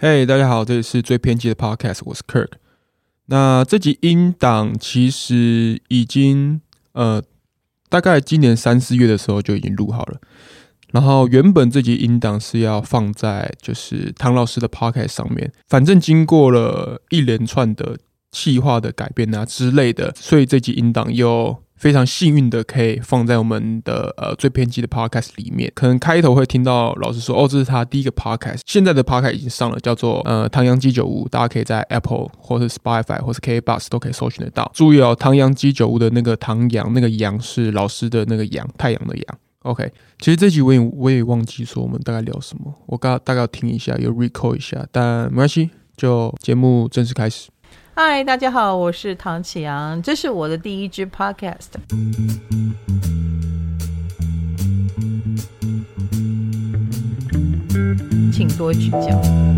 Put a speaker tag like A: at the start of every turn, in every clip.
A: 嘿、大家好，这里是最偏激的 Podcast， 我是 Kirk。那这集音档其实已经大概今年3、4月的时候就已经录好了。然后原本这集音档是要放在就是唐老师的 Podcast 上面，反正经过了一连串的企划的改变啊之类的，所以这集音档又非常幸运的可以放在我们的最偏激的 podcast 里面。可能开头会听到老师说这是他第一个 podcast， 现在的 podcast 已经上了，叫做唐阳鸡酒屋，大家可以在 Apple 或是 Spotify 或是 KKBOX 都可以搜寻得到。注意哦，唐阳鸡酒屋的那个唐阳，那个阳是老师的那个阳，太阳的阳。OK， 其实这集我也忘记说我们大概聊什么，我大概要听一下，有 recall 一下，但没关系，就节目正式开始。
B: 嗨，大家好，我是唐启阳，这是我的第一支 podcast， 请多指教。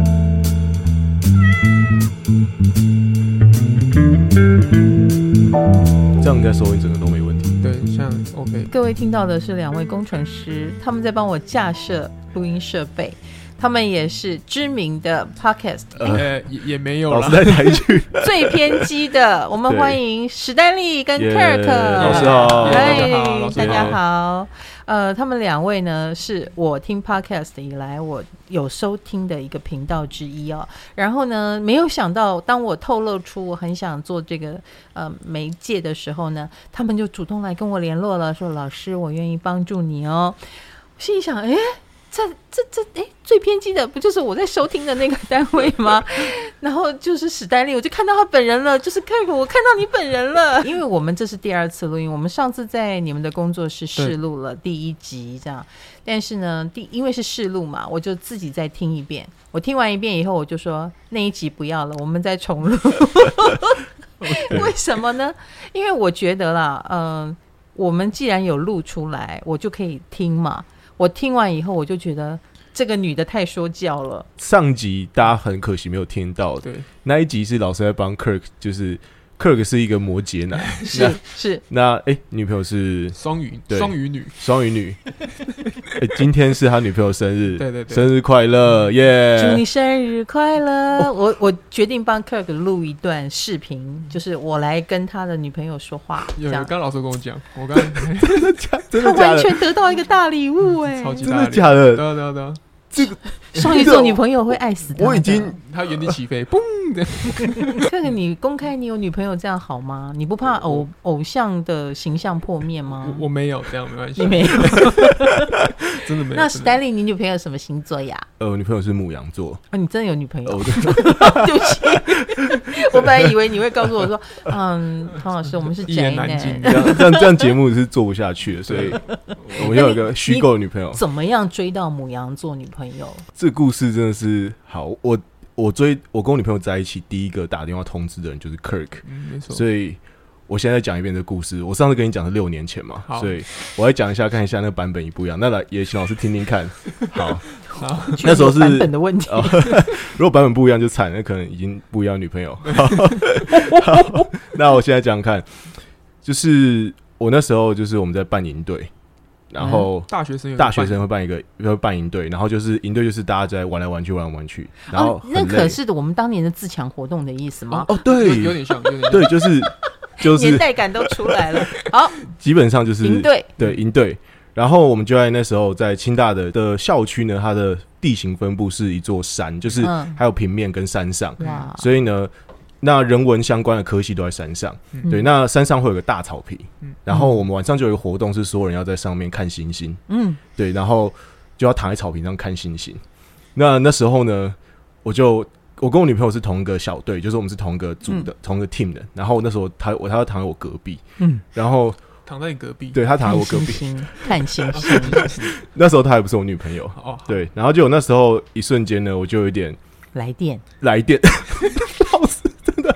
C: 这样应该收音整个都没问题。
A: 对，像 OK，
B: 各位听到的是2位工程师，他们在帮我架设录音设备。他们也是知名的 podcast，
A: 也没有啦，
C: 老师在台剧
B: 最偏激的。我们欢迎史丹利跟 Kirk，
C: 老师好，
B: 大家好。他们2位呢是我听 podcast 以来我有收听的一个频道之一哦。然后呢，没有想到当我透露出我很想做这个媒介的时候呢，他们就主动来跟我联络了，说老师，我愿意帮助你哦。我心里想，最偏激的不就是我在收听的那个单位吗？然后就是史丹利，我就看到他本人了，就是 Kirk， 我看到你本人了。因为我们这是第2次录音，我们上次在你们的工作室试录了第1集这样，但是呢，因为是试录嘛，我就自己再听一遍。我听完1遍以后，我就说那1集不要了，我们再重录。为什么呢？因为我觉得啦，我们既然有录出来，我就可以听嘛。我听完以后，我就觉得这个女的太说教了。
C: 上集大家很可惜没有听到，对，那一集是老师在帮 Kirk， 就是Kirk 是一个摩羯男，
B: 是
C: 那女朋友是
A: 双鱼女，
C: 今天是他女朋友生日，
A: 对，
C: 生日快乐，耶！
B: 祝你生日快乐！我决定帮 Kirk 录一段视频，就是我来跟他的女朋友说话。
A: 有刚老师跟我讲，我刚
C: 真的假的？
B: 他完全得到一个大礼物哎，
A: 超级
C: 大礼物，真的假的？
A: 对。
C: 这个
B: 双鱼座女朋友会爱死他。
C: 我已经
A: 他原地起飞，嘣的。
B: 看看你公开你有女朋友这样好吗？你不怕偶像的形象破灭吗？
A: 我没有，这样没关系。
B: 你没有，
A: 真的没有。
B: 那 Stanley， 你女朋友什么星座呀？
C: 我女朋友是牡羊座。
B: 你真的有女朋友？对不起，我本来以为你会告诉我说，唐老师，我们是宅男。
C: 这样节目是做不下去的，所以我们要有一个虚构的女朋友。
B: 怎么样追到牡羊座女朋友？
C: 这个故事真的是好，我跟我女朋友在一起，第一个打电话通知的人就是 Kirk，
A: 没错。
C: 所以我现在再讲一遍这个故事。我上次跟你讲是6年前嘛，所以我来讲一下，看一下那个版本一不一样。那来也请老师听听看。好，那时候是
B: 版本的问题。
C: 如果版本不一样就惨，那可能已经不一样女朋友。好，那我现在讲看，就是我那时候就是我们在办营队。然后
A: 大学生
C: 会办营队，然后就是营队就是大家在玩来玩去，然后
B: 那可是我们当年的自强活动的意思吗？
C: 对，
A: 有点像，
C: 对，就是
B: 年代感都出来了。好，
C: 基本上就是
B: 营队，
C: 对，营队。然后我们就在那时候在清大的校区呢，它的地形分布是一座山，就是还有平面跟山上，所以呢。那人文相关的科系都在山上，对，那山上会有个大草皮，然后我们晚上就有一个活动，是所有人要在上面看星星，对，然后就要躺在草坪上看星星。那时候呢，我跟我女朋友是同一个小队，就是我们是同一个组的，同一个 team 的。然后那时候她要躺在我隔壁，然后
A: 躺在你隔壁，
C: 对，她躺在我隔壁
B: 看星星。
C: 那时候她还不是我女朋友，对，然后就有那时候一瞬间呢，我就有点
B: 来电，
C: 老师。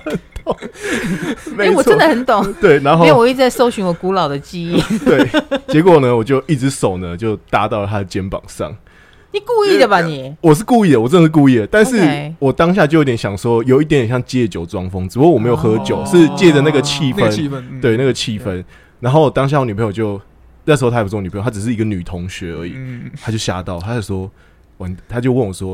B: 我真的很懂，
C: 对，然后
B: 因为我一直在搜寻我古老的记忆，
C: 对，结果呢，我就一只手呢就搭到了他的肩膀上。
B: 你故意的吧你？
C: 我是故意的，我真的是故意的，但是我当下就有点想说，有一点点像借酒装疯，只不过我没有喝酒，是借着那个气氛，对，那个气氛。然后当下我女朋友就那时候她也不是我女朋友，她只是一个女同学而已，她就吓到，她就说，她就问我说。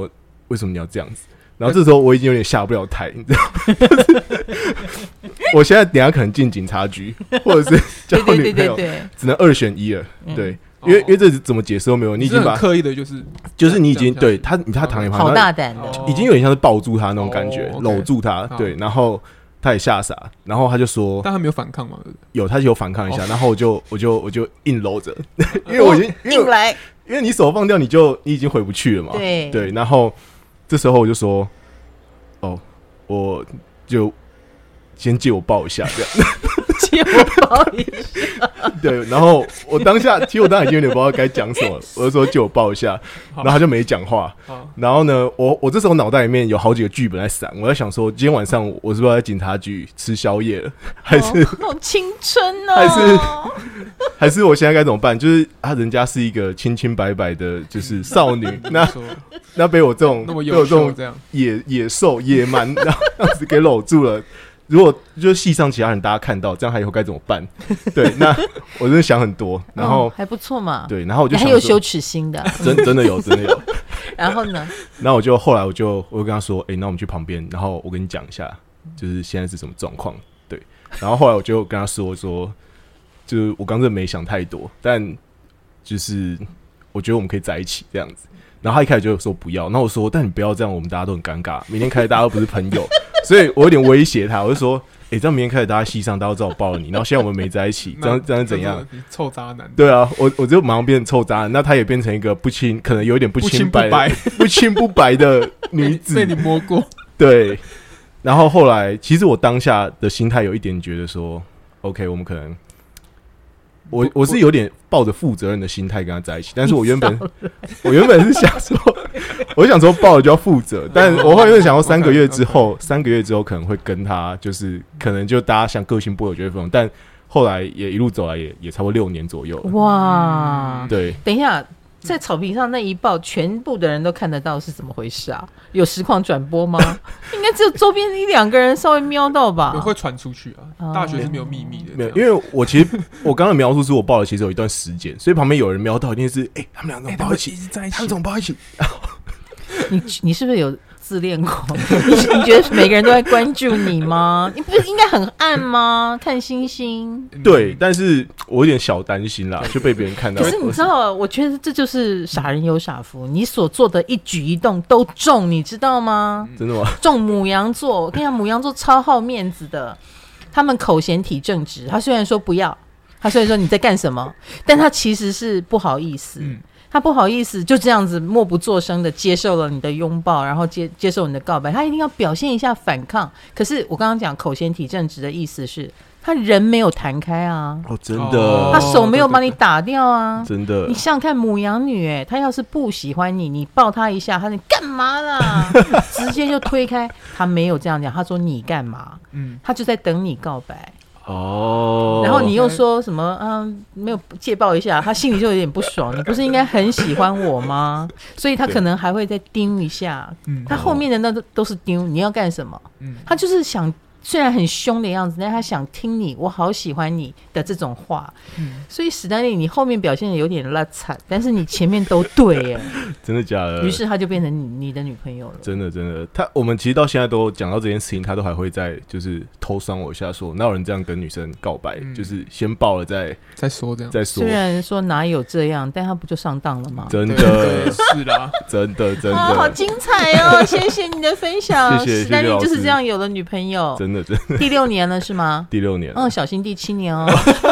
C: 为什么你要这样子？然后这时候我已经有点下不了台，你知道吗？我现在等一下可能进警察局，或者是交女朋友，只能2选1了。对，因为这怎么解释都没有，你已经把
A: 刻意的
C: 就是你已经对他躺在旁边，
B: 好大胆的，
C: 已经有点像是抱住他那种感觉，搂住他。对，然后他也吓傻，然后他就说，
A: 但他没有反抗嘛？
C: 有，他就有反抗一下，然后我就硬搂着，因为我已经
B: 硬来，
C: 因为你手放掉，你已经回不去了嘛。对，然后这时候我就说，我就先借我抱一下，这样。
B: 借我抱一下。
C: 对，然后我当下已经有点不知道该讲什么，我就说借我抱一下，然后他就没讲话。然后呢，我这时候脑袋里面有好几个剧本在闪，我在想说，今天晚上我是不是要在警察局吃宵夜了，还是
B: 好青春哦，
C: 还是我现在该怎么办？就是人家是一个清清白白的，就是少女，那被我这种野兽野蛮，然后这样子给搂住了。如果就是戏上其他人大家看到，这样他以后该怎么办？对，那我真的想很多，然后
B: 还不错嘛。
C: 对，然后我就想
B: 还有羞耻心的，
C: 真的有。
B: 然后呢？
C: 然后后来我就跟他说，那我们去旁边，然后我跟你讲一下，就是现在是什么状况。对，然后后来我就跟他说，就是我刚真的没想太多，但就是我觉得我们可以在一起这样子。然后他一开始就说不要，然后我说，但你不要这样，我们大家都很尴尬，明天开始大家都不是朋友。所以我有点威胁他，我就说，这样明天开始大家戏上，大家都知道我抱了你，然后现在我们没在一起，这样是怎样？
A: 臭渣男。
C: 对啊，我就马上变成臭渣男，那他也变成一个可能有点不清不白的女子，
A: 被你摸过。
C: 对，然后后来其实我当下的心态有一点觉得说 ，OK， 我们可能。我是有点抱着负责任的心态跟他在一起，但是我原本是想说，我想说抱了就要负责，但我后来又想说3个月之后可能会跟他，就是可能就大家像个性不合就会分手，但后来也一路走来也差不多6年左右了。
B: 哇，
C: 对，
B: 等一下。在草坪上那一抱，全部的人都看得到是怎么回事啊？有实况转播吗？应该只有周边1-2个人稍微瞄到吧？
A: 会传出去啊。大学是没有秘密的，
C: 没有，因为我其实我刚刚的描述是我抱了，其实有一段时间，所以旁边有人瞄到，一定是他们两个抱一起，他们怎么抱一起？
B: 你是不是有自恋狂？你觉得每个人都在关注你吗？你不是应该很暗吗？看星星。
C: 对，但是我有点小担心啦，就被别人看到。
B: 可是你知道，我觉得这就是傻人有傻福，你所做的一举一动都中，你知道吗？
C: 真的吗？
B: 中牡羊座，我跟你讲，牡羊座超好面子的，他们口嫌体正直。他虽然说不要，他虽然说你在干什么，但他其实是不好意思。他不好意思就这样子默不作声的接受了你的拥抱，然后接受你的告白，他一定要表现一下反抗。可是我刚刚讲口嫌体正直的意思是他人没有弹开啊，
C: 真的，
B: 他手没有把你打掉啊，
C: 真的。
B: 你想想看，牡羊女他要是不喜欢你，你抱他一下，他说你干嘛啦，直接就推开。他没有这样讲，他说你干嘛？他就在等你告白。然后你又说什么没有借抱一下，他心里就有点不爽。你不是应该很喜欢我吗？所以他可能还会再盯一下。他后面的那都是盯，你要干什么？他就是想，虽然很凶的样子，但他想听你我好喜欢你的这种话。所以史丹利你后面表现的有点拉惨，但是你前面都对耶。
C: 真的假的？
B: 于是他就变成你的女朋友了。
C: 真的我们其实到现在都讲到这件事情，他都还会在就是偷酸我一下说哪有人这样跟女生告白，就是先抱了再说这样。
B: 虽然说哪有这样，但他不就上当了吗？
C: 真的
A: 是啦，
C: 真的
B: 好精彩哦。谢谢你的分享。
C: 谢谢
B: 史丹利就是这样有了女朋友，
C: 真的
B: 第6年了是吗？
C: 第6年，
B: 小心第7年哦。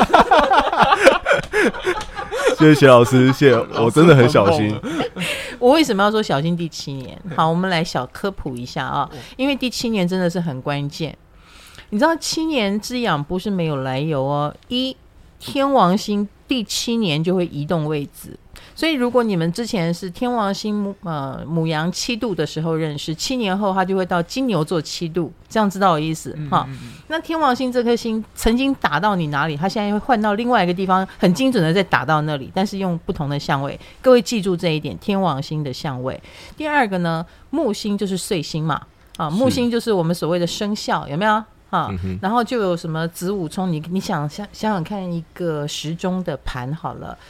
C: 谢谢老师，谢谢，我真的很小心。
B: 我为什么要说小心第7年？好，我们来小科普一下啊，因为第7年真的是很关键。你知道7年之痒不是没有来由哦。天王星第7年就会移动位置，所以如果你们之前是天王星牡羊7度的时候认识，7年后它就会到金牛座7度，这样知道我意思哈？那天王星这颗星曾经打到你哪里，它现在会换到另外一个地方，很精准的再打到那里，但是用不同的相位。各位记住这一点，天王星的相位。第二个呢，木星就是岁星嘛，木星就是我们所谓的生肖，有没有？然后就有什么子午冲，你想看一个时钟的盘好了，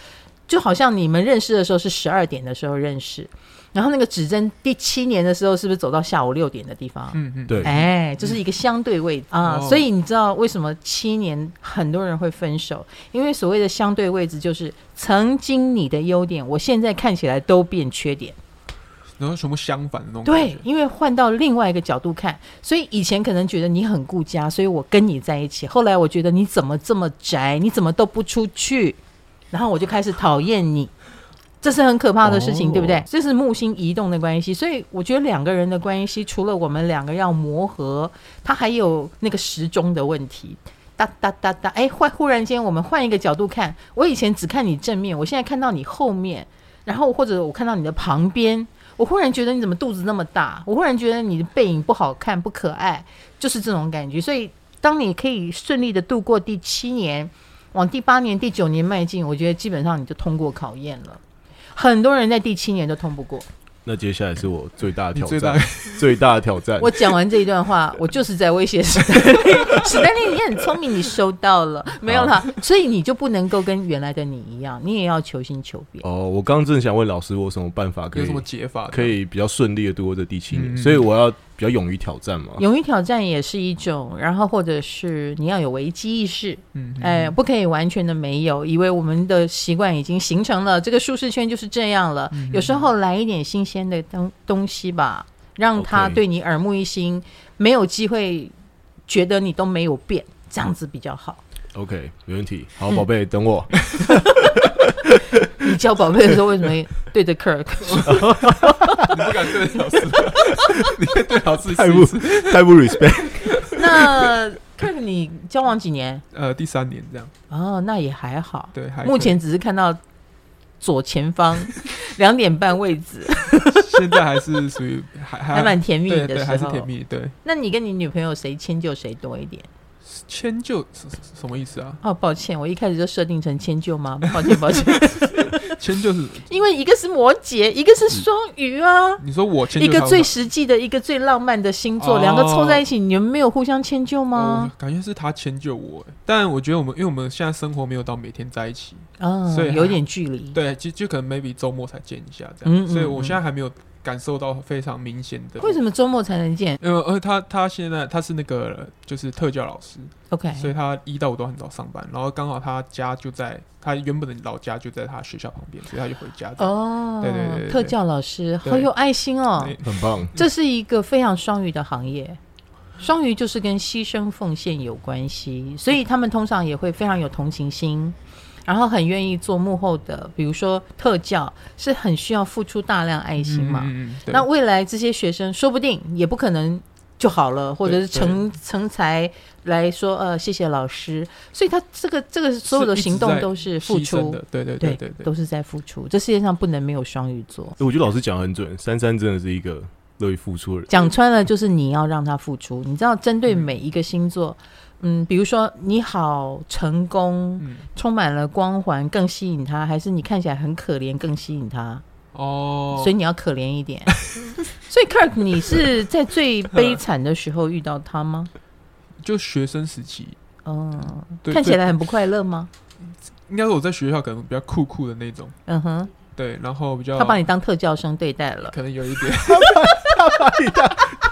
B: 就好像你们认识的时候是12点的时候认识，然后那个指针第7年的时候是不是走到下午6点的地方？对，这是一个相对位置啊。所以你知道为什么7年很多人会分手？因为所谓的相对位置就是曾经你的优点，我现在看起来都变缺点。
A: 然后全部相反的那种感觉。
B: 对，因为换到另外一个角度看，所以以前可能觉得你很顾家，所以我跟你在一起。后来我觉得你怎么这么宅，你怎么都不出去，然后我就开始讨厌你。这是很可怕的事情，对不对？这是木星移动的关系，所以我觉得2个人的关系，除了我们2个要磨合，它还有那个时钟的问题。哒哒哒哒，忽然间我们换一个角度看，我以前只看你正面，我现在看到你后面，然后或者我看到你的旁边。我忽然觉得你怎么肚子那么大，我忽然觉得你的背影不好看不可爱，就是这种感觉。所以当你可以顺利的度过第7年，往第8年第9年迈进，我觉得基本上你就通过考验了。很多人在第7年都通不过。
C: 那接下来是我最大的挑战，最大的挑战。
B: 我讲完这一段话，我就是在威胁史丹利。史丹利，你很聪明，你收到了没有啦？所以你就不能够跟原来的你一样，你也要求新求变。
C: 我刚刚正想问老师，我有什么办法可以，
A: 有什么解法
C: 可以比较顺利的度过这第7年？所以我要比较勇于挑战嘛。
B: 勇于挑战也是一种，然后或者是你要有危机意识，不可以完全的没有，以为我们的习惯已经形成了，这个舒适圈就是这样了。有时候来一点新鲜的东西吧，让他对你耳目一新，没有机会觉得你都没有变，这样子比较好。
C: OK， 没问题。好，宝贝，等我。
B: 你叫宝贝的时候，为什么对着 Kirk？
A: 你不敢对着老师，你可以对老师
C: 太不 respect。
B: 那 Kirk， 你交往几年？
A: 第3年这样。
B: 那也还好。
A: 对，
B: 目前只是看到左前方2点半位置。
A: 现在还是属于还蛮
B: 甜蜜的时候，
A: 对，还是甜蜜。对。
B: 那你跟你女朋友谁迁就谁多一点？
A: 迁就什么意思啊？
B: 抱歉，我一开始就设定成迁就吗？抱歉。
A: 迁就是
B: 因为一个是摩羯，一个是双鱼啊。
A: 你说我迁就
B: 一个最实际的，一个最浪漫的星座，2个凑在一起，你们没有互相迁就吗？
A: 感觉是他迁就我，但我觉得因为我们现在生活没有到每天在一起，所以
B: 有点距离。
A: 对，就可能 maybe 周末才见一下这样，所以我现在还没有感受到非常明显的。
B: 为什么周末才能见？
A: 因为他现在他是那个就是特教老师
B: ，OK，
A: 所以他1到5都很早上班，然后刚好他家就在他原本的老家就在他学校旁边，所以他就回家。对，
B: 特教老师好有爱心哦，
C: 很棒。
B: 这是一个非常双鱼的行业。双鱼就是跟牺牲奉献有关系，所以他们通常也会非常有同情心。然后很愿意做幕后的，比如说特教是很需要付出大量爱心嘛，那未来这些学生说不定也不可能就好了，或者是成才来说谢谢老师，所以他这个所有的行动都是付出，对，都是在付出。这世界上不能没有双鱼座。
C: 我觉得老师讲得很准，珊珊真的是一个乐于付出的人。
B: 讲穿了就是你要让他付出，你知道针对每一个星座。比如说你好成功，充满了光环更吸引他，还是你看起来很可怜更吸引他？所以你要可怜一点。所以 Kirk， 你是在最悲惨的时候遇到他吗？
A: 就学生时期。
B: 看起来很不快乐吗？
A: 应该是我在学校可能比较酷的那种。对，然后比较
B: 他把你当特教生对待了，
A: 可能有一点。
C: 他把你当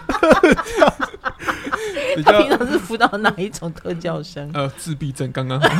B: 他平常是辅导哪一种特教生？
A: 自闭症刚刚好。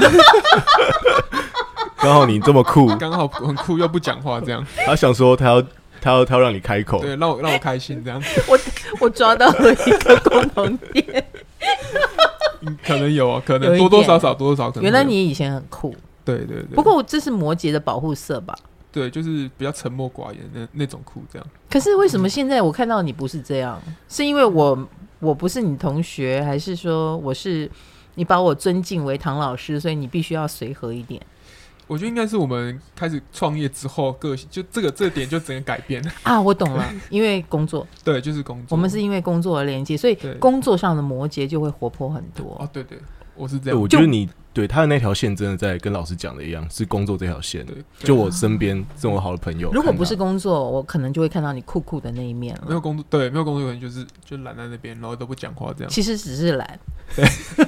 C: 刚好你这么酷，
A: 刚好很酷又不讲话这样。
C: 他想说他要让你开口，
A: 对，让我开心这样。
B: 我抓到了一个共同点。
A: 可能有啊，可能多多少少可能。
B: 原来你以前很酷。
A: 对。
B: 不过这是摩羯的保护色吧？
A: 对，就是比较沉默寡言的那种酷这样。
B: 可是为什么现在我看到你不是这样？是因为我不是你同学，还是说你把我尊敬为唐老师，所以你必须要随和一点？
A: 我觉得应该是我们开始创业之后，个性就这点就整个改变
B: 啊！我懂了，因为工作，
A: 对，就是工作，
B: 我们是因为工作而连接，所以工作上的摩羯就会活泼很多。
A: 对，我是这样。
C: 我觉得你对他的那条线真的在跟老师讲的一样，是工作这条线。就我身边这么好的朋友，
B: 如果不是工作，我可能就会看到你酷的那一面了。
A: 没有工作，对，没有工作可能就懒在那边，然后都不讲话这样。
B: 其实只是懒。
A: 对。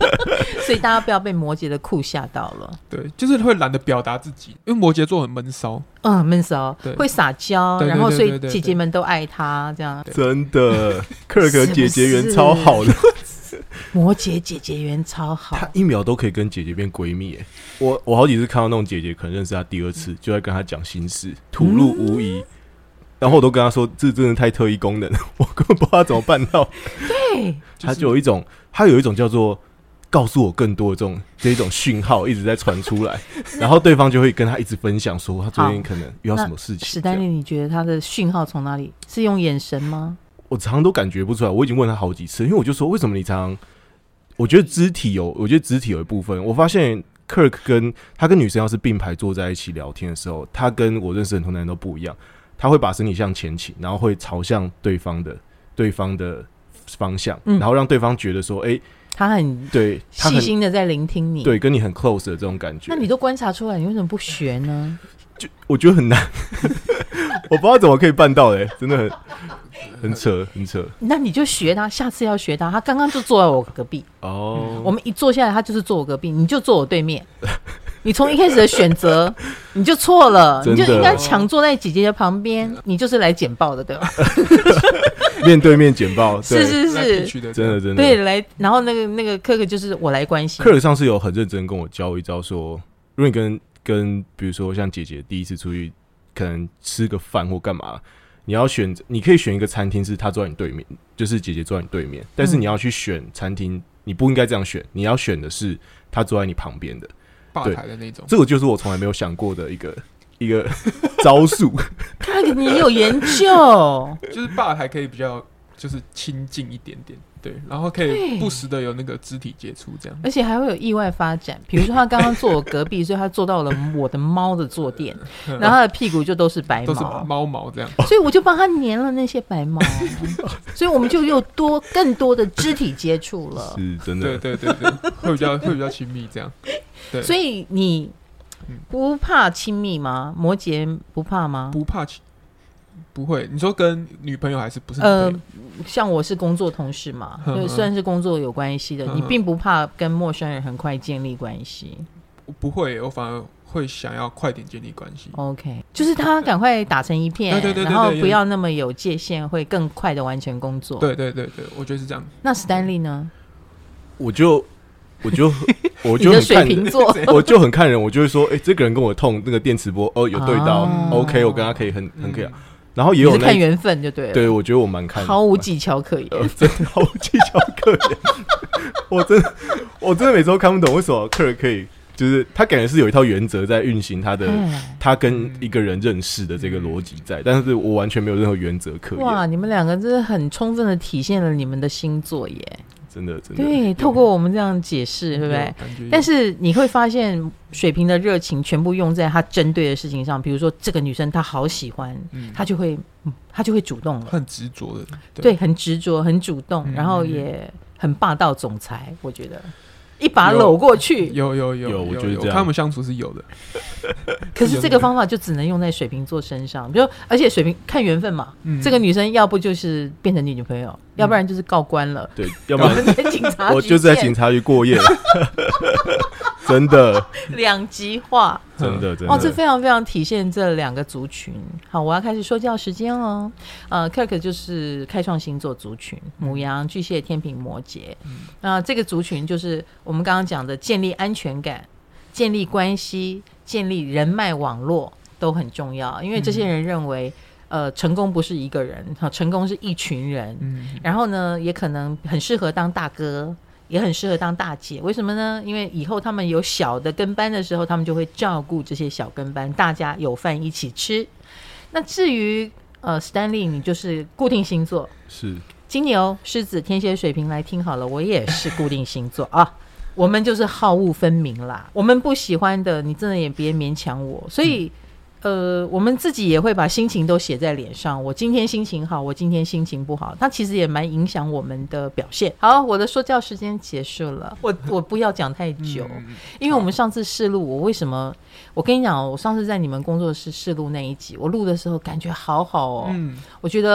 B: 所以大家不要被摩羯的酷吓到了。
A: 对，就是会懒得表达自己，因为摩羯座很闷骚，
B: 闷骚，会撒娇，然后所以姐姐们都爱他这样。
C: 真的，克尔姐姐缘超好的。
B: 摩羯姐姐缘超好，
C: 她1秒都可以跟姐姐变闺蜜耶。我好几次看到那种姐姐，可能认识她第2次，就在跟她讲心事，吐露无遗。然后我都跟她说，这真的太特异功能了，我根本不知道怎么办到。
B: 对，
C: 她就有一种，叫做告诉我更多的这种讯号一直在传出来，然后对方就会跟她一直分享说，她最近可能遇到什么事情。
B: 史丹利，你觉得她的讯号从哪里？是用眼神吗？
C: 我常常都感觉不出来，我已经问他好几次，因为我就说为什么你常常，我觉得肢体有一部分，我发现 Kirk 跟女生要是并排坐在一起聊天的时候，他跟我认识很多男人都不一样，他会把身体向前倾，然后会朝向对方的方向，然后让对方觉得说，
B: 他很对细心的在聆听你，
C: 对，跟你很 close 的这种感觉。
B: 那你都观察出来，你为什么不学呢？
C: 我觉得很难，我不知道怎么可以办到的，真的很扯。
B: 那你就学他，下次要学他。他刚刚就坐在我隔壁我们一坐下来，他就是坐我隔壁，你就坐我对面。你从一开始的选择你就错了，你就应该抢坐在姐姐的旁边，你就是来简报的，对吧？
C: 面对面简报，
B: 是，
C: 真的
B: 对，来，然后那个克克就是我来关心。
C: 克克上次有很认真跟我教一招说，如果你跟比如说像姐姐第一次出去可能吃个饭或干嘛，你可以选一个餐厅是她坐在你对面，就是姐姐坐在你对面，但是你要去选餐厅，你不应该这样选，你要选的是她坐在你旁边的
A: 吧台的那种。
C: 这个就是我从来没有想过的一个招数。
B: 看你有研究，
A: 就是吧台可以比较就是亲近一点点，对，然后可以不时的有那个肢体接触，这样，
B: 而且还会有意外发展。比如说他刚刚坐我隔壁，所以他坐到了我的猫的坐垫，然后他的屁股就都是白毛，
A: 都是猫毛这样，
B: 所以我就帮他粘了那些白毛，所以我们就又更多的肢体接触了，
C: 是真的，
A: 对，会比较亲密这样。对，
B: 所以你不怕亲密吗？摩羯不怕吗？
A: 不怕不会。你说跟女朋友还是不是？
B: 像我是工作同事嘛，就算是工作有关系的，你并不怕跟陌生人很快建立关系。
A: 我不会，我反而会想要快点建立关系。
B: OK， 就是他赶快打成一片，
A: 对，
B: 然后不要那么有界限，会更快的完成工作。
A: 对，我觉得是这样。
B: 那史丹利呢？
C: 我就
B: 你的水瓶座，
C: 我就很看人，我就会说，这个人跟我痛那个电磁波，有对到，OK， 我跟他可以很可以。然后也有
B: 看缘分就对了。
C: 对，我觉得我蛮看，
B: 毫无技巧可言，
C: 真的毫无技巧可言。我真的每次都看不懂为什么客人可以，就是他感觉是有一套原则在运行他跟一个人认识的这个逻辑在，但是我完全没有任何原则可言。
B: 哇，你们两个真的很充分的体现了你们的星座耶。
C: 真的
B: 对，透过我们这样解释，对不对？但是你会发现水瓶的热情全部用在他针对的事情上，比如说这个女生她好喜欢，他就会主动了，
A: 很执着的，
B: 对，很执着，很主动，然后也很霸道总裁，我觉得一把搂过去，
C: 有，我觉得这样，
A: 他们相处是有的。
B: 可是这个方法就只能用在水瓶座身上，比如而且水瓶看缘分嘛，这个女生要不就是变成你女朋友，要不然就是告官了，
C: 对，要不然
B: 在警察局，
C: 我就是在警察局过夜了。真的
B: 两极化，
C: 真的
B: 这非常非常体现这两个族群。好，我要开始说教时间哦。Kirk 就是开创星座族群，牡羊、巨蟹、天秤、摩羯。那这个族群就是我们刚刚讲的建立安全感、建立关系、建立人脉网络都很重要，因为这些人认为。成功不是一个人，成功是一群人。然后呢，也可能很适合当大哥，也很适合当大姐。为什么呢？因为以后他们有小的跟班的时候，他们就会照顾这些小跟班，大家有饭一起吃。那至于Stanley， 你就是固定星座，
C: 是
B: 金牛、狮子、天蝎、水瓶。来听好了，我也是固定星座啊。我们就是好恶分明啦，我们不喜欢的，你真的也别勉强我。所以。我们自己也会把心情都写在脸上，我今天心情好，我今天心情不好，它其实也蛮影响我们的表现。好，我的说教时间结束了，我不要讲太久，因为我们上次试录，我跟你讲，我上次在你们工作室试录那一集，我录的时候感觉好好哦，我觉得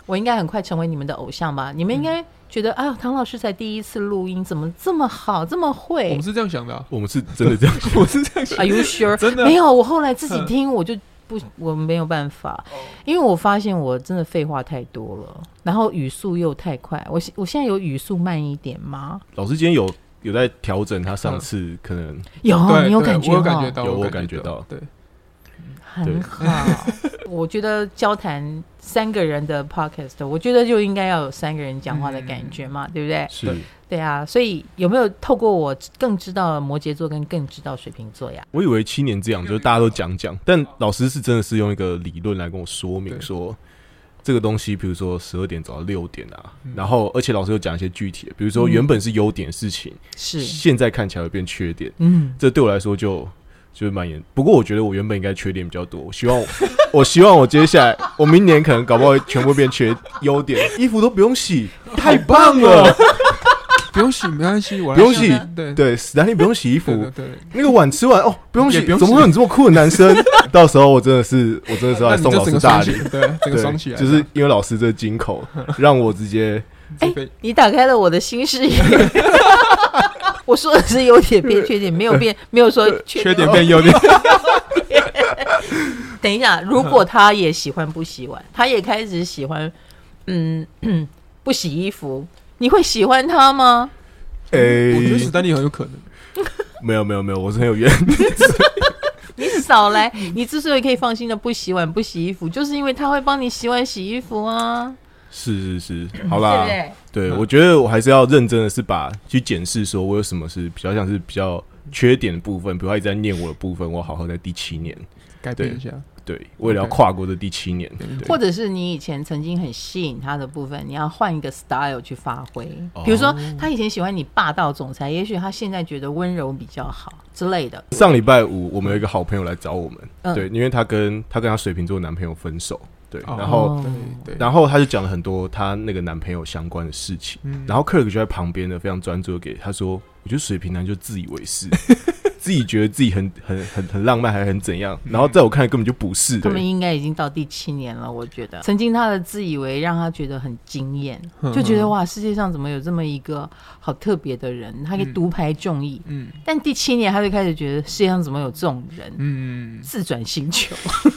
B: 我应该很快成为你们的偶像吧？你们应该觉得，哎呦，唐老师才第一次录音，怎么这么好，这么会？
A: 我们是这样想的啊，
C: 我们是真的这样想，
A: 我是这样想的。
B: Are you sure？
A: 真的
B: 没有，我后来自己听，我就我没有办法，因为我发现我真的废话太多了，然后语速又太快。我现在有语速慢一点吗？
C: 老师今天有在调整，他上次可能
B: 有，你有感觉？
A: 我有感觉到，
C: 我感觉到，
A: 对。
B: 很好，我觉得交谈3个人的 podcast， 我觉得就应该要有3个人讲话的感觉嘛，对不对？
C: 是，
B: 对啊，所以有没有透过我更知道摩羯座跟更知道水瓶座呀？
C: 我以为7年这样，就是大家都讲，但老师是真的是用一个理论来跟我说明说。这个东西，比如说12点走到6点啊，然后而且老师又讲一些具体的，比如说原本是优点的事情，
B: 是
C: 现在看起来会变缺点，这对我来说就是蛮严。不过我觉得我原本应该缺点比较多，我希望我接下来我明年可能搞不好全部变缺优点，衣服都不用洗，太棒了。
A: 不用洗没关系，
C: 不用洗，对，史丹利不用洗衣服，对，那个碗吃完哦，不用洗，怎么会有你这么酷的男生？到时候我真的是要来送老师大礼，
A: 对，整个双起来，
C: 就是因为老师这金口，让我直接，
B: 你打开了我的新视野。我说的是优点变缺点，没有说
A: 缺点变优点。
B: 等一下，如果他也喜欢不洗碗，他也开始喜欢不洗衣服，你会喜欢他吗？
A: 我觉得史丹利很有可能。
C: 没有，我是很有原则。
B: 你少来！你之所以可以放心的不洗碗不洗衣服，就是因为他会帮你洗碗洗衣服啊。
C: 是，好啦，
B: 对，
C: 我觉得我还是要认真的是去检视说我有什么是比较像是比较缺点的部分，比如他一直在念我的部分，我好好在第7年
A: 改变一下。
C: 对，为了要跨过这第7年，
B: 或者是你以前曾经很吸引他的部分，你要换一个 style 去发挥。比如说，他以前喜欢你霸道总裁，也许他现在觉得温柔比较好之类的。
C: 上礼拜5，我们有一个好朋友来找我们，对，因为他跟他水瓶座男朋友分手，对，然后他就讲了很多他那个男朋友相关的事情，然后Kirk就在旁边呢，非常专注的给他说，我觉得水瓶男就自以为是。自己觉得自己很浪漫，还很怎样？然后在我看来根本就不是。
B: 他们应该已经到第7年了，我觉得。曾经他的自以为让他觉得很惊艳，就觉得哇，世界上怎么有这么一个好特别的人，他可以独排众议。但第7年他就开始觉得世界上怎么有这种人，自转星球。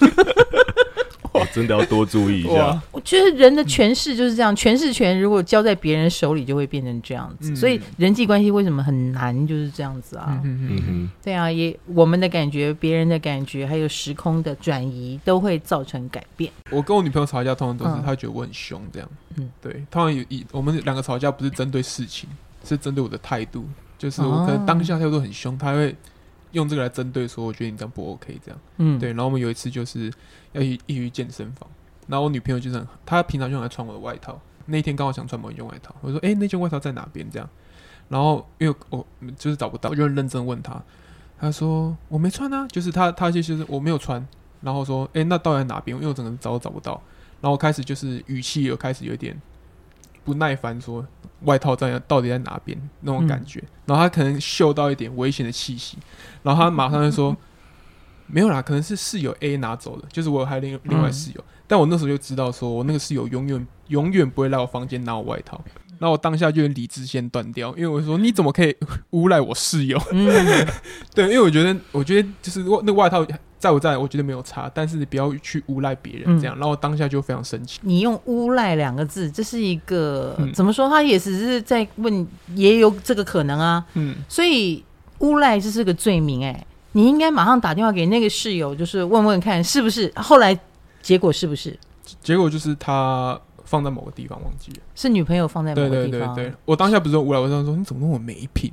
C: 真的要多注意一下。
B: 我觉得人的权势就是这样，权势权如果交在别人手里，就会变成这样子。所以人际关系为什么很难，就是这样子啊。对啊，我们的感觉、别人的感觉，还有时空的转移，都会造成改变。
A: 我跟我女朋友吵架，通常都是她觉得我很凶，这样。对，通常我们2个吵架不是针对事情，是针对我的态度，就是我可能当下态度很凶，她会用这个来针对说，我觉得你这样不 OK， 这样。对。然后我们有一次就是要一起去健身房，然后我女朋友就是她平常就很爱穿我的外套，那一天刚好想穿某一件外套，我说那件外套在哪边这样，然后因为我就是找不到，我就很认真问她，她说我没穿啊，就是她就是我没有穿，然后说那到底在哪边？因为我整个找不到，然后我开始就是语气开始有点不耐烦，说外套到底在哪边那种感觉，然后她可能嗅到一点危险的气息，然后她马上就说。没有啦，可能是室友 A 拿走的，就是我还有另外室友，但我那时候就知道说我那个室友永远不会来我房间拿我外套，那我当下就理智先断掉，因为我说你怎么可以诬赖我室友？对，因为我觉得就是那个外套在不在，我觉得没有差，但是你不要去诬赖别人这样，然后我当下就非常生气。
B: 你用诬赖2个字，这是一个怎么说？他也只是在问，也有这个可能啊。所以诬赖这是个罪名你应该马上打电话给那个室友，就是问问看是不是。后来结果是不是？
A: 结果就是他放在某个地方忘记了，
B: 是女朋友放在某个地方。
A: 对，我当下不是无聊，我当时说你怎么那么没品？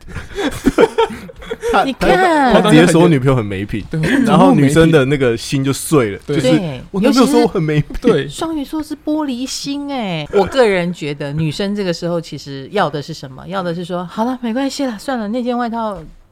B: 你看，
C: 他直接说我女朋友很没品，然后女生的那个心就碎了，就是我男朋友说我很没品。
A: 对，
B: 双鱼座是玻璃心我个人觉得女生这个时候其实要的是什么？要的是说好了，没关系了，算了，那件外套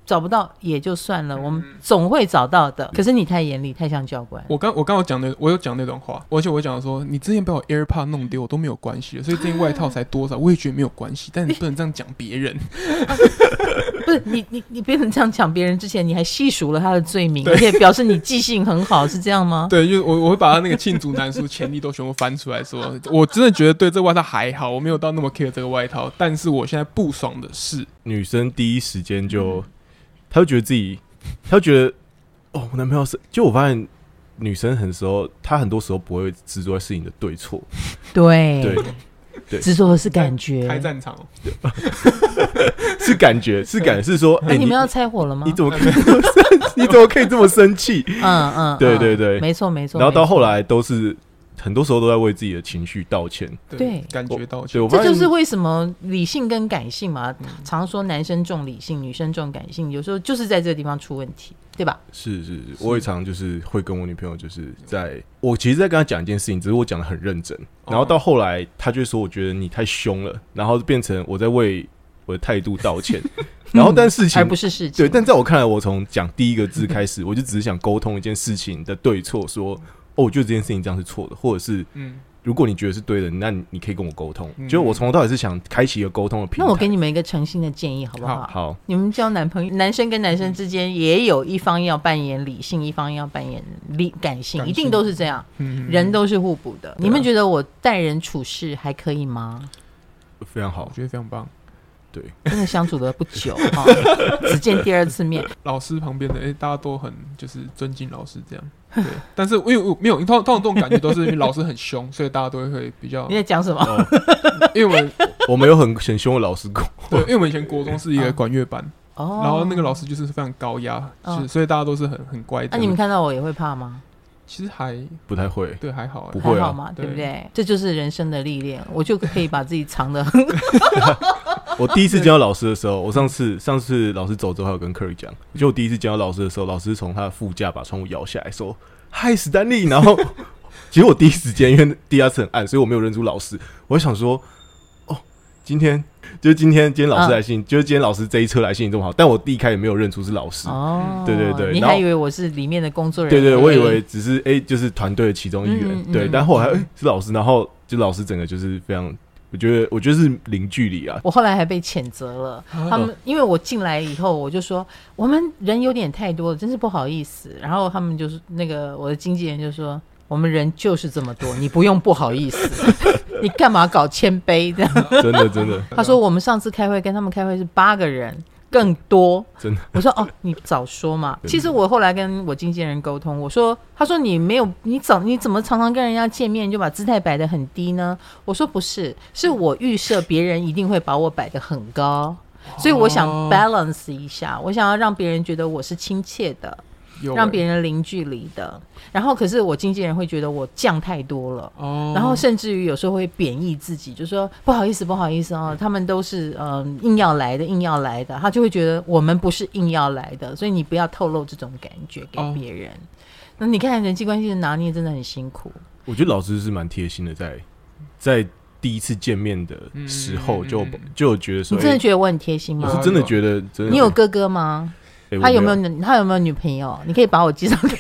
B: 找不到也就算了，我们总会找到的。可是你太严厉，太像教官。
A: 我刚有讲的，我有讲那种话，而且我讲说，你之前把我 AirPod 弄丢，我都没有关系了，所以这件外套才多少，我也觉得没有关系。但你不能这样讲别人。
B: 不是你不能这样讲别人之前，你还细数了他的罪名，而且表示你记性很好，是这样吗？
A: 对，就是我会把他那个罄竹难书潜力都全部翻出来说，我真的觉得对这个外套还好，我没有到那么 care 这个外套，但是我现在不爽的是，
C: 女生第一时间就，她就觉得自己，她就觉得，哦，我男朋友是，就我发现女生她很多时候不会执着在事情的对错，对。
B: 执着的是感觉，
A: 开战场
C: 是感觉是说，
B: 你们要拆伙了吗？
C: 你怎么可以这么生气？对，
B: 没错。
C: 然后到后来都是很多时候都在为自己的情绪道歉，
B: 对，
A: 感觉道歉。
B: 这就是为什么理性跟感性嘛，常说男生重理性，女生重感性，有时候就是在这个地方出问题。对吧？
C: 是，我也常就是会跟我女朋友，就是我其实在跟她讲一件事情，只是我讲得很认真，然后到后来她就说我觉得你太凶了，然后变成我在为我的态度道歉，然后但事情
B: 而不是事情，
C: 对，但在我看来，我从讲第一个字开始，我就只是想沟通一件事情的对错，说我觉得这件事情这样是错的，或者是如果你觉得是对的，那你可以跟我沟通。就我从头到尾是想开启一个沟通的平台。
B: 那我给你们一个诚心的建议，好不好？
C: 好，
B: 你们交男朋友，男生跟男生之间也有一方要扮演理性，一方要扮演感性，一定都是这样。人都是互补的。你们觉得我待人处事还可以吗？
C: 非常好，
A: 我觉得非常棒。
C: 对，
B: 真的相处的不久只见第二次面。
A: 老师旁边的大家都很就是尊敬老师这样。对，但是因为我没有，通常这种感觉都是因为老师很凶，所以大家都会比较。
B: 你在讲什么？
C: 因为我们有很凶的老师过。
A: 对，因为我们以前国中是一个管乐班，然后那个老师就是非常高压，所以大家都是很乖的。
B: 那你们看到我也会怕吗？
A: 其实还
C: 不太会，
A: 对，还好，
C: 不会
B: 还好嘛，对不对？这就是人生的历练，我就可以把自己藏得很好。
C: 我第一次见到老师的时候，我上次老师走之后，还有跟 Kerry 讲，就我第一次见到老师的时候，老师从他的副驾把窗户摇下来说：“嗨，史丹利。”然后其实我第一时间因为地下室很暗，所以我没有认出老师。我就想说，哦，今天老师来信，就是今天老师这一车来信这么好，但我第一开始没有认出是老师。对，
B: 你还以为我是里面的工作人员？
C: 对，我以为只是就是团队的其中一员。对，但后来是老师，然后就老师整个就是非常。我觉得是零距离啊。
B: 我后来还被谴责了，他们因为我进来以后，我就说我们人有点太多了，真是不好意思。然后他们就是我的经纪人就说，我们人就是这么多，你不用不好意思，你干嘛搞谦卑这样？
C: 真的。
B: 他说我们上次开会跟他们开会是8个人。更多，
C: 真的。
B: 我说你早说嘛。其实我后来跟我经纪人沟通，他说你没有，你怎么常常跟人家见面就把姿态摆得很低呢？我说不是，是我预设别人一定会把我摆得很高，所以我想 balance 一下，我想要让别人觉得我是亲切的。让别人零距离的，然后可是我经纪人会觉得我降太多了，然后甚至于有时候会贬义自己，就说不好意思哦，他们都是硬要来的，他就会觉得我们不是硬要来的，所以你不要透露这种感觉给别人。那你看人际关系的拿捏真的很辛苦。我
C: 觉得老师是蛮贴心的，在第一次见面的时候就觉得说，
B: 你真的觉得我很贴心吗？
C: 我是真的觉得真的。
B: 你有哥哥吗？他有没有女朋友？你可以把我介绍给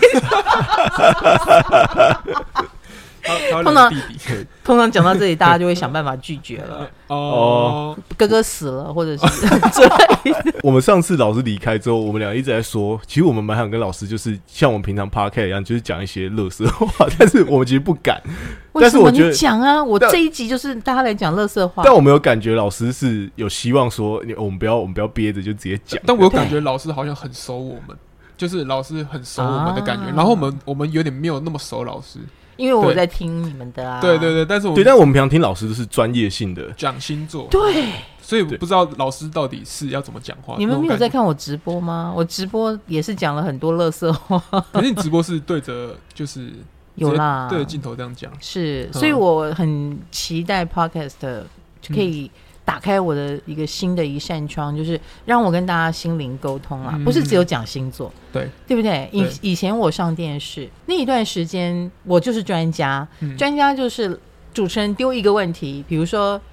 B: 通常讲到这里，大家就会想办法拒绝了。哥哥死了，或者是之类的。
C: 我们上次老师离开之后，我们俩一直在说，其实我们蛮想跟老师，就是像我们平常 podcast 一样，就是讲一些垃圾话，但是我们其实不敢。
B: 为什么你讲啊？我这一集就是大家来讲垃圾话。
C: 但我们有感觉老师是有希望说，我们不要憋着，就直接讲。
A: 但我有感觉老师好像很熟我们，就是老师很熟我们的感觉。然后我们有点没有那么熟老师。
B: 因为我在听你们的啊，
A: 对，但我
C: 们平常听老师都是专业性的
A: 讲星座，
B: 对，
A: 所以我不知道老师到底是要怎么讲话。
B: 你们没有在看我直播吗？我直播也是讲了很多垃圾话。
A: 可是你直播是对着就是
B: 有啦，
A: 对着镜头这样讲，
B: 是，所以我很期待 podcast 可以打开我的一个新的一扇窗，就是让我跟大家心灵沟通啦，不是只有讲星座，对不对？以前我上电视那一段时间，我就是专家，专家就是主持人丢一个问题，比如说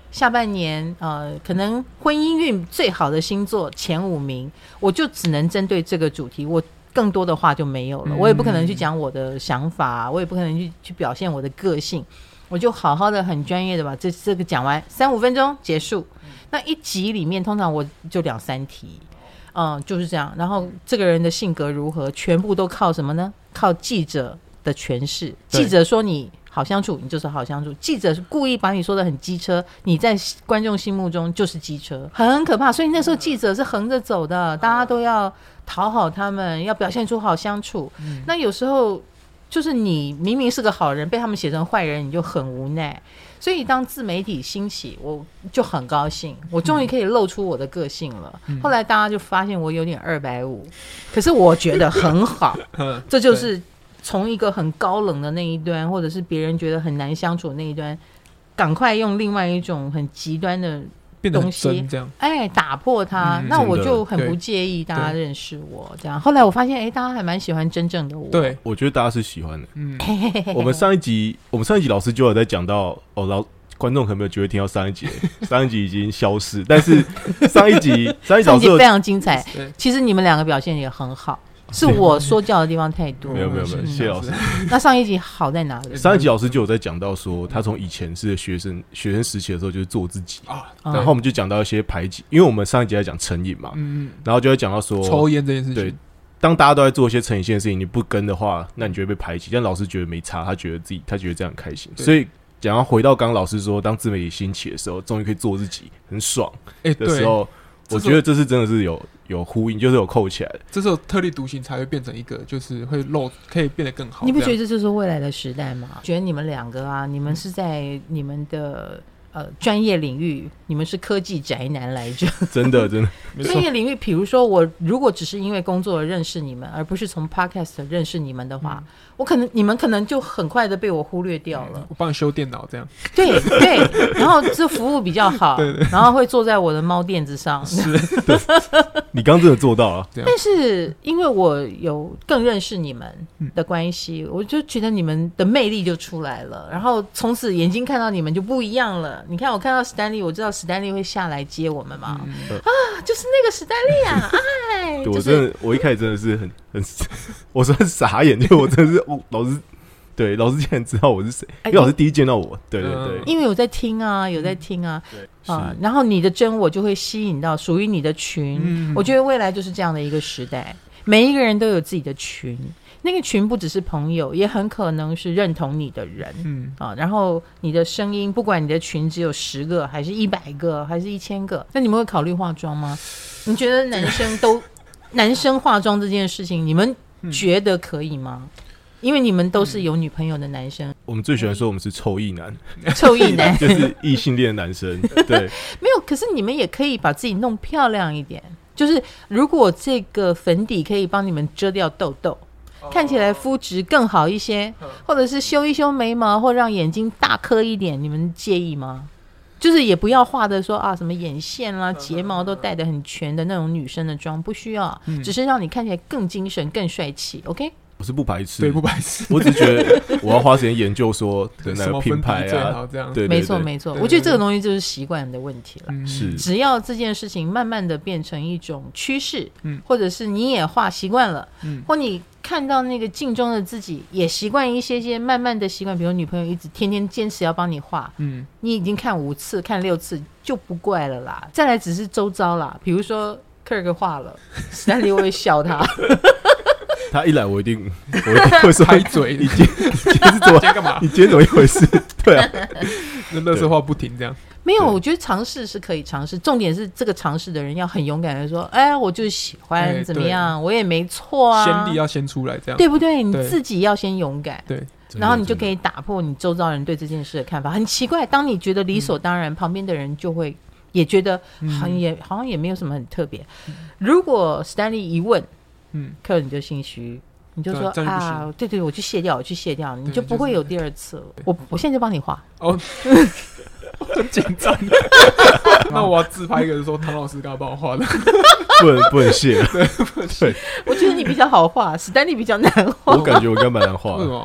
B: 下半年可能婚姻运最好的星座前5名，我就只能针对这个主题，我更多的话就没有了，我也不可能去讲我的想法，我也不可能去表现我的个性，我就好好的很专业的把这个讲完，3-5分钟结束。那一集里面通常我就2-3题，就是这样。然后这个人的性格如何，全部都靠什么呢？靠记者的诠释。记者说你好相处，你就是好相处；记者是故意把你说的很机车，你在观众心目中就是机车，很可怕。所以那时候记者是横着走的，大家都要讨好他们，要表现出好相处。那有时候就是你明明是个好人，被他们写成坏人，你就很无奈。所以当自媒体兴起，我就很高兴，我终于可以露出我的个性了。后来大家就发现我有点250，可是我觉得很好。这就是从一个很高冷的那一端，或者是别人觉得很难相处的那一端，赶快用另外一种很极端的东西打破它。那我就很不介意大家认识我这样。后来我发现大家还蛮喜欢真正的我。
C: 对，我觉得大家是喜欢的。我们上一集老师就有在讲到观众可能没有机会听到上一集上一集已经消失，但是上一集老师
B: 非常精彩。其实你们2个表现也很好，是我说教的地方太多。
C: 没有，谢谢老师。
B: 那上一集好在哪里？
C: 上一集老师就有在讲到说，他从以前是学生时期的时候就是做自己然后我们就讲到一些排挤，因为我们上一集在讲成瘾嘛，然后就会讲到说
A: 抽烟这件事情。
C: 对，当大家都在做一些成瘾性的事情，你不跟的话，那你就会被排挤。但老师觉得没差，他觉得这样开心。所以讲到回到刚刚老师说，当自媒体兴起的时候，终于可以做自己，很爽的时候，我觉得这是真的是有呼应，就是有扣起来的。
A: 这时候特立独行才会变成一个，就是会可以变得更好。
B: 你不觉得这就是未来的时代吗？觉得你们2个啊，你们是在你们的专业领域，你们是科技宅男来着。
C: 真的
B: 专业领域，比如说我如果只是因为工作而认识你们，而不是从 podcast 认识你们的话，你们可能就很快的被我忽略掉了。
A: 我帮你修电脑这样。
B: 对，然后这服务比较好，对，然后会坐在我的猫垫子上。是，
C: 你刚真的做到了。
B: 但是因为我有更认识你们的关系，我就觉得你们的魅力就出来了，然后从此眼睛看到你们就不一样了。你看我看到史丹利，我知道史丹利会下来接我们嘛，就是那个史丹利啊，
C: 我一开始真的是很我说很傻眼，就我真的是老师竟然知道我是谁，因为老师第一见到我，对，
B: 因为有在听啊，然后你的真我就会吸引到属于你的群。我觉得未来就是这样的一个时代，每一个人都有自己的群。那个群不只是朋友，也很可能是认同你的人。然后你的声音，不管你的群只有10个还是100个还是1000个，那你们会考虑化妆吗？你觉得男生化妆这件事情，你们觉得可以吗？因为你们都是有女朋友的男生。
C: 我们最喜欢说我们是臭异男，
B: 臭异男
C: 就是异性恋的男生。对，
B: 没有，可是你们也可以把自己弄漂亮一点，就是如果这个粉底可以帮你们遮掉痘痘，看起来肤质更好一些，或者是修一修眉毛，或让眼睛大颗一点，你们介意吗？就是也不要画的说什么眼线啦、睫毛都带得很全的那种女生的妆，不需要，只是让你看起来更精神、更帅气。OK，
C: 我是不排斥，
A: 对，不排斥。
C: 我只觉得我要花时间研究说的那个品牌啊，对，
B: 没错。我觉得这个东西就是习惯的问题了。
C: 是，
B: 只要这件事情慢慢的变成一种趋势，或者是你也画习惯了，或你看到那个镜中的自己也习惯一些慢慢的习惯，比如女朋友一直天天坚持要帮你画，你已经看5次看6次就不怪了啦。再来只是周遭啦，比如说 Kirk 画了，史丹利会笑他。
C: 他一来我一定会说
A: 拍嘴，
C: 你今天是怎么
A: 干嘛？
C: 你今天怎么一回事？对啊，
A: 那垃圾话不停这样。
B: 没有，我觉得尝试是可以尝试，重点是这个尝试的人要很勇敢的说，我就是喜欢怎么样，我也没错啊，
A: 先例要先出来，这样
B: 对不对？你自己要先勇敢，
A: 对，
B: 然后你就可以打破你周遭人对这件事的看法。很奇怪，当你觉得理所当然，旁边的人就会也觉得好像也没有什么很特别。现在 Stanley 一问，客人你就心虚。你就说对，我去卸掉，你就不会有第二次了。我现在就帮你画。
A: 很紧张。那我要自拍一个，说唐老师刚刚帮我画的，
C: 不能卸。对，
B: 我觉得你比较好画，史丹利比较难画。
C: 我感觉我应该蛮难画的。
A: 为什么？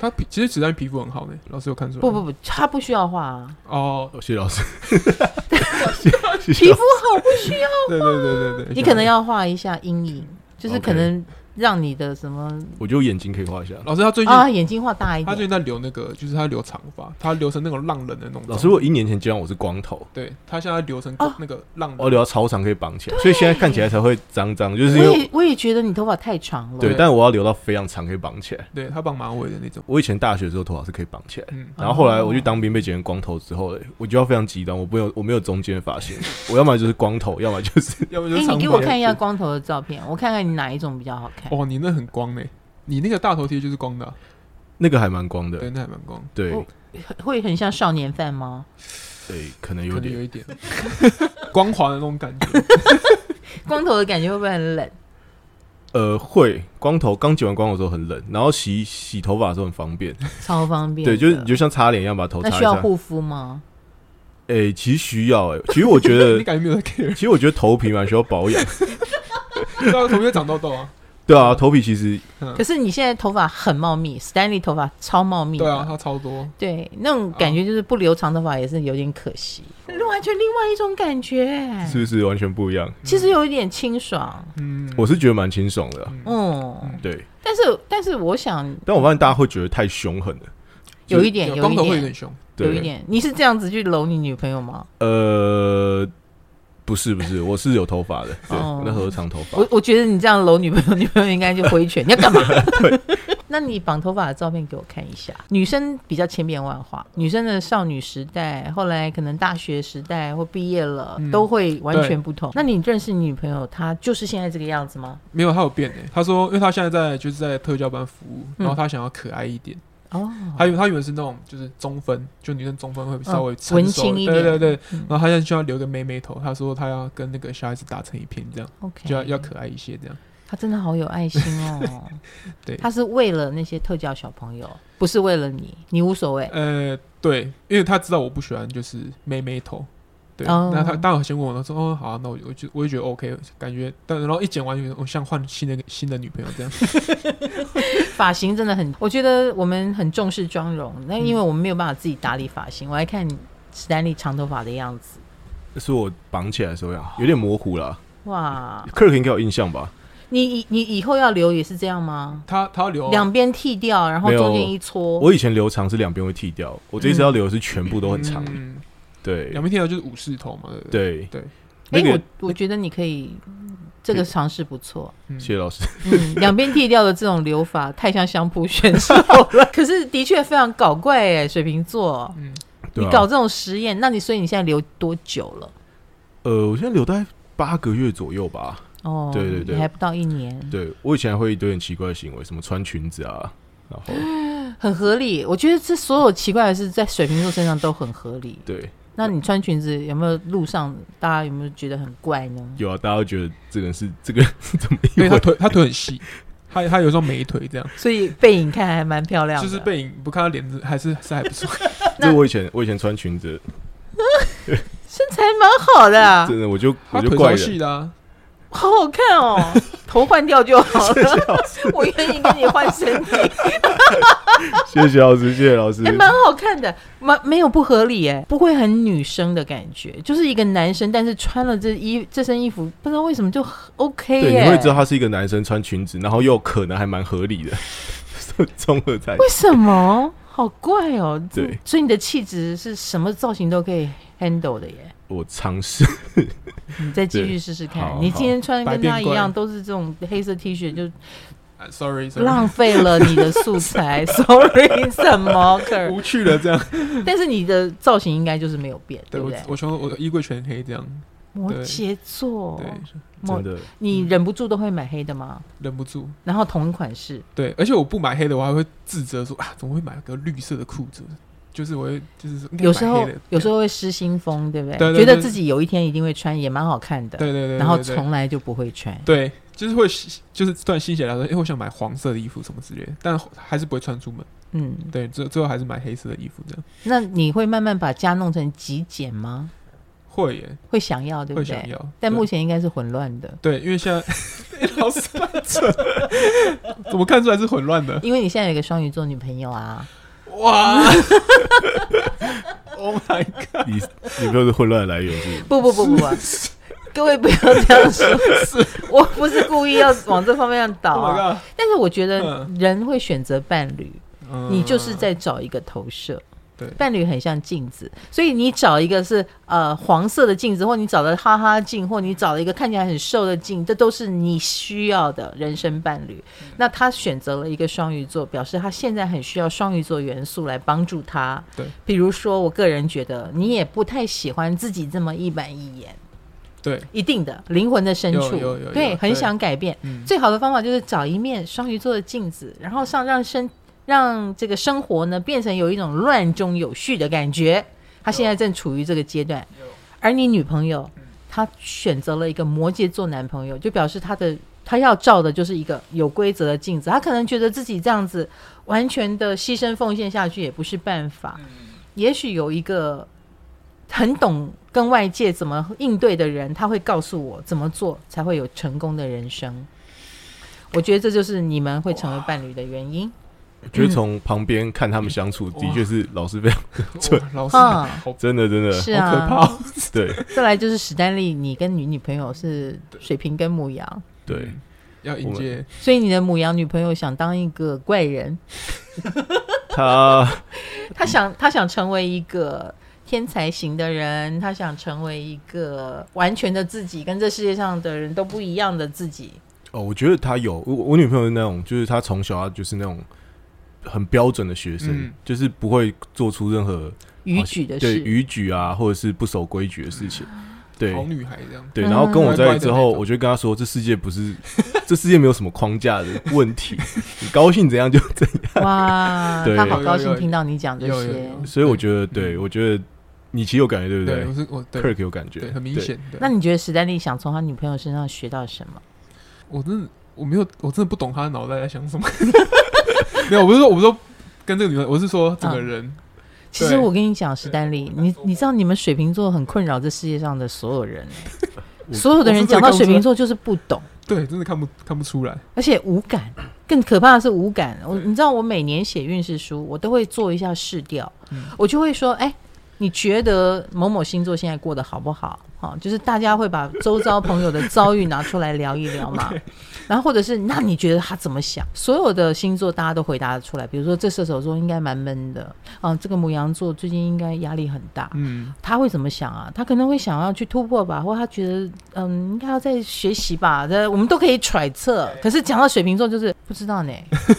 A: 他其实子弹皮肤很好呢，老师有看出来？
B: 不，他不需要画啊。
C: 哦，谢谢老师。
B: 皮肤好不需要
A: 画。对，
B: 你可能要画一下阴影，就是可能让你的什么？
C: 我觉得眼睛可以画一下。
A: 老师他最近
B: 眼睛画大一点。
A: 他最近在留那个，就是他留长发，他留成那种浪人的那种。
C: 老师，我1年前见到我是光头，
A: 对他现在留成那个浪人，
C: 留到超长可以绑起来，所以现在看起来才会脏脏，就是因为
B: 我也觉得你头发太长了。
C: 对，但我要留到非常长可以绑起来。
A: 对他绑马尾的那种。
C: 我以前大学的时候头发是可以绑起来，然后后来我去当兵被剪成光头之后，我就要非常极端，我没有中间的发型，我要么就是光头，要么就是长发。
B: 你给我看一下光头的照片，我看看你哪一种比较好看。
A: 哦，你那很光呢，你那个大头贴就是光的。
C: 那个还蛮光的，
A: 对，那还蛮光。
C: 对，
B: 会很像少年犯吗？
C: 对，可能有一点
A: 光滑的那种感觉。
B: 光头的感觉会不会很冷？
C: 会。光头刚剪完光头的时候很冷，然后洗头发的时候很方便，
B: 超方便。
C: 对，就是你就像擦脸一样把头擦一下。
B: 那需要护肤吗？
C: 其实需要。其实我觉得
A: 你感觉没有在 care。
C: 其实我觉得头皮蛮需要保养。
A: 对啊，头皮会长痘痘啊。
C: 对啊，头皮其实。
B: 可是你现在头发很茂密 ，Stanley 头发超茂密。
A: 对啊，他超多。
B: 对，那种感觉就是不留长头发也是有点可惜，完全另外一种感觉，
C: 是不是完全不一样？
B: 其实有一点清爽。
C: 我是觉得蛮清爽的。对。
B: 但是我想，
C: 但我发现大家会觉得太凶狠了，
B: 有一点，
A: 光头会有点凶，
B: 有一点。你是这样子去搂你女朋友吗？
C: 不是，我是有头发的，对，那和长头发。
B: 我觉得你这样搂女朋友，女朋友应该就挥拳，你要干嘛？对。那你绑头发的照片给我看一下。女生比较千变万化，女生的少女时代，后来可能大学时代或毕业了，都会完全不同。那你认识你女朋友，她就是现在这个样子吗？
A: 没有，她有变诶。她说，因为她现在就是在特教班服务，然后她想要可爱一点。她原本是那种就是中分，就女生中分会稍微成熟
B: 文青一点，
A: 对。然后她现在就要留个妹妹头，她说她要跟那个小孩子打成一片，这样
B: ，OK，
A: 就要可爱一些这样。
B: 她真的好有爱心哦。
A: 对，
B: 她是为了那些特教小朋友，不是为了你无所谓。
A: 对，因为她知道我不喜欢就是妹妹头。对，那他当然先问我，他说好，那我就觉得 OK， 感觉，然后一剪完，我像换新的女朋友这样。
B: 发型真的很，我觉得我们很重视妆容，那因为我们没有办法自己打理发型。我还看史丹利长头发的样子，
C: 那是我绑起来的时候有点模糊啦。
B: 哇
C: ，Kirk 应该有印象吧？
B: 你以后要留也是这样吗？
A: 他要留
B: 两边剃掉，然后中间一撮。
C: 我以前留长是两边会剃掉，我这次要留的是全部都很长。对，
A: 两边剃掉就是武士头嘛，对。
B: 我觉得你可以，这个尝试不错。
C: 谢谢老师。
B: 两边剃掉的这种留法太像相扑选手了，可是的确非常搞怪哎，水瓶座。你搞这种实验，那所以你现在留多久了？
C: 我现在留大概8个月左右吧。对，
B: 你还不到1年。
C: 对，我以前还会一堆很奇怪的行为，什么穿裙子啊，然后
B: 很合理。我觉得这所有奇怪的事在水瓶座身上都很合理。
C: 对。
B: 那你穿裙子有没有路上大家有没有觉得很怪呢？
C: 有啊，大家都觉得这个人是怎么
A: 因为他腿很细，他有时候美腿这样，
B: 所以背影看还蛮漂亮的。
A: 就是背影不看他脸还是还不错。
C: 这我以前穿裙子，
B: 身材蛮好的啊，
C: 真的我就
A: 怪人，细的啊。
B: 好好看哦，头换掉就好了。我愿意跟你换身体。
C: 谢谢老师，谢谢老师。
B: 蛮好看的，没有不合理哎，不会很女生的感觉，就是一个男生，但是穿了这身衣服，不知道为什么就 OK 耶。
C: 对，你会知道他是一个男生穿裙子，然后又可能还蛮合理的，综合在一起。
B: 为什么？好怪哦。
C: 对，
B: 所以你的气质是什么造型都可以 handle 的耶。
C: 我尝试。
B: 你再继续试试看。你今天穿跟他一样，都是这种黑色 T 恤，就
A: sorry
B: 浪费了你的素材。sorry 什么？
A: 无趣了这样。
B: 但是你的造型应该就是没有变，对不对？
A: 我说我的衣柜全黑这样。
B: 摩羯座，
C: 对，真的。
B: 你忍不住都会买黑的吗？
A: 忍不住。
B: 然后同一款式。
A: 对，而且我不买黑的，我还会自责说怎么会买个绿色的裤子？就是我会，就是
B: 有时候会失心疯，对不对？
A: 对，
B: 觉得自己有一天一定会穿，也蛮好看的。
A: 对，
B: 然后从来就不会穿。
A: 对，就是会，就是突然心血来潮，我想买黄色的衣服什么之类的，但还是不会穿出门。对，最后还是买黑色的衣服这样。
B: 那你会慢慢把家弄成极简吗？
A: 会耶，
B: 会想要，对不对？
A: 会想要，
B: 但目前应该是混乱的。
A: 对，因为现在老师怎么看出来是混乱的？
B: 因为你现在有一个双鱼座女朋友啊！
A: 哇！Oh my god！
C: 你不是混乱的来源是
B: 不，各位不要这样说，我不是故意要往这方面导啊。
A: Oh
B: 但是我觉得人会选择伴侣，你就是在找一个投射。伴侣很像镜子，所以你找一个是黄色的镜子，或你找的哈哈镜，或你找了一个看起来很瘦的镜，这都是你需要的人生伴侣。那他选择了一个双鱼座，表示他现在很需要双鱼座元素来帮助他。
A: 对，
B: 比如说我个人觉得你也不太喜欢自己这么一板一眼。
A: 对，
B: 一定的灵魂的深处，
A: 有
B: 对，很想改变。最好的方法就是找一面双鱼座的镜子，然后让这个生活呢变成有一种乱中有序的感觉。他现在正处于这个阶段，而你女朋友她选择了一个摩羯座男朋友，就表示她要照的就是一个有规则的镜子。她可能觉得自己这样子完全的牺牲奉献下去也不是办法，也许有一个很懂跟外界怎么应对的人，他会告诉我怎么做才会有成功的人生。我觉得这就是你们会成为伴侣的原因。
C: 我觉得从旁边看他们相处，的确是老师非常准，
A: 老师
C: 真的
B: 是啊，
A: 好可怕。
C: 对，
B: 再来就是史丹利，你跟你女朋友是水瓶跟牡羊，
C: 对，
A: 要迎接，
B: 所以你的牡羊女朋友想当一个怪人，他想成为一个天才型的人，他想成为一个完全的自己，跟这世界上的人都不一样的自己。
C: 我觉得他有我女朋友是那种，就是她从小就是那种很标准的学生，就是不会做出任何
B: 逾矩的事，
C: 对逾矩啊，或者是不守规矩的事情。对，
A: 好女孩这样。
C: 对，然后跟我在一起之后，我就跟她说，这世界没有什么框架的问题，你高兴怎样就怎样。
B: 哇，她好高兴听到你讲这些，
C: 所以我觉得，对我觉得你其实有感觉，对不对？
A: 我
C: Kirk 有感觉，
A: 对，很明显。
B: 那你觉得史丹利想从他女朋友身上学到什么？
A: 我真的不懂他的脑袋在想什么。没有，我不是说跟这个女朋友，我是说这个人。
B: 其实我跟你讲，史丹利，你知道你们水瓶座很困扰这世界上的所有人，所有的人讲到水瓶座就是不懂，
A: 对，真的看不出来，
B: 而且无感。更可怕的是无感。你知道我每年写运势书，我都会做一下试调，我就会说，你觉得某某星座现在过得好不好？就是大家会把周遭朋友的遭遇拿出来聊一聊嘛。然后或者是那你觉得他怎么想？所有的星座大家都回答得出来。比如说这射手座应该蛮闷的，这个牡羊座最近应该压力很大。他会怎么想啊？他可能会想要去突破吧，或他觉得应该要再学习吧。我们都可以揣测。可是讲到水瓶座就是不知道呢。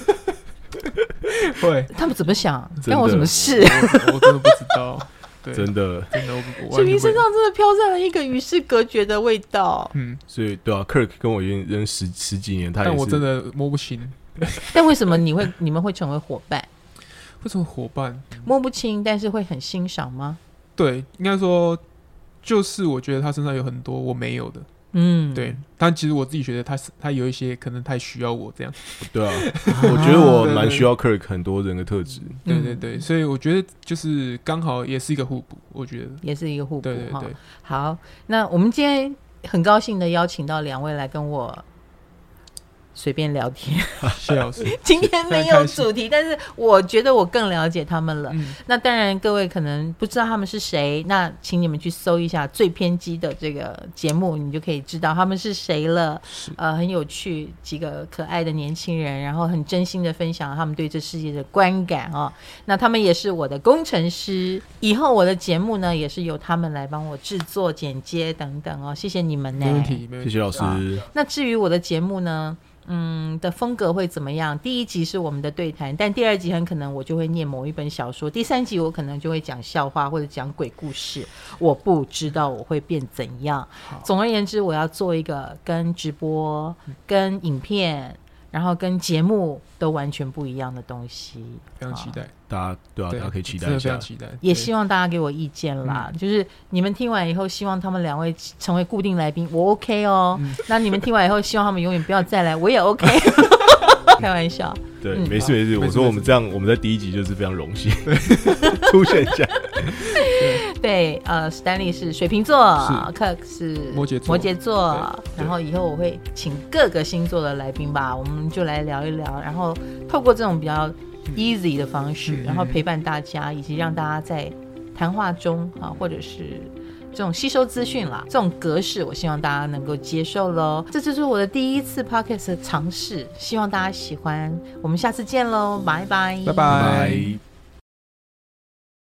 A: 会
B: 他们怎么想？干我什么事？
A: 我真的不知道。
C: 真的，
B: 水瓶身上真的飘散了一个与世隔绝的味道。
C: 所以对啊 ，Kirk 跟我已经认识十几年，他也是，
A: 但我真的摸不清。
B: 但为什么你们会成为伙伴？
A: 为什么伙伴？
B: 摸不清，但是会很欣赏吗？
A: 对，应该说，就是我觉得他身上有很多我没有的。对，但其实我自己觉得他有一些可能太需要我这样。对啊，
C: 我觉得我蛮需要 Kirk 很多人的特质。
A: 对对对，所以我觉得就是刚好也是一个互补，我觉得
B: 也是一个互补。
A: 对对对。
B: 好，那我们今天很高兴的邀请到2位来跟我随便聊天。
A: 谢老师，
B: 今天没有主题，但是我觉得我更了解他们了。那当然各位可能不知道他们是谁，那请你们去搜一下最偏激的这个节目，你就可以知道他们是谁了。很有趣，几个可爱的年轻人，然后很真心的分享他们对这世界的观感。那他们也是我的工程师，以后我的节目呢也是由他们来帮我制作剪接等等。谢谢你们呢。
A: 没问题，
C: 谢谢老师。
B: 那至于我的节目呢的风格会怎么样？第1集是我们的对谈，但第2集很可能我就会念某一本小说，第3集我可能就会讲笑话或者讲鬼故事，我不知道我会变怎样。总而言之，我要做一个跟直播、跟影片，然后跟节目都完全不一样的东西，
A: 非常期待。
C: 大家可以期待一下，
A: 非常期待。
B: 也希望大家给我意见啦，就是你们听完以后，希望他们2位成为固定来宾，我 OK 哦。那你们听完以后，希望他们永远不要再来，我也 OK。开玩笑，
C: 对，没事。我说我们这样，我们在第1集就是非常荣幸出现一下。
B: 对，Stanley 是水瓶座，Kirk 是摩羯座，然后以后我会请各个星座的来宾吧，我们就来聊一聊，然后透过这种比较 easy 的方式，然后陪伴大家，以及让大家在谈话中或者是这种吸收资讯啦，这种格式我希望大家能够接受咯。这就是我的第一次 podcast 的尝试，希望大家喜欢，我们下次见咯，拜拜
A: 拜拜。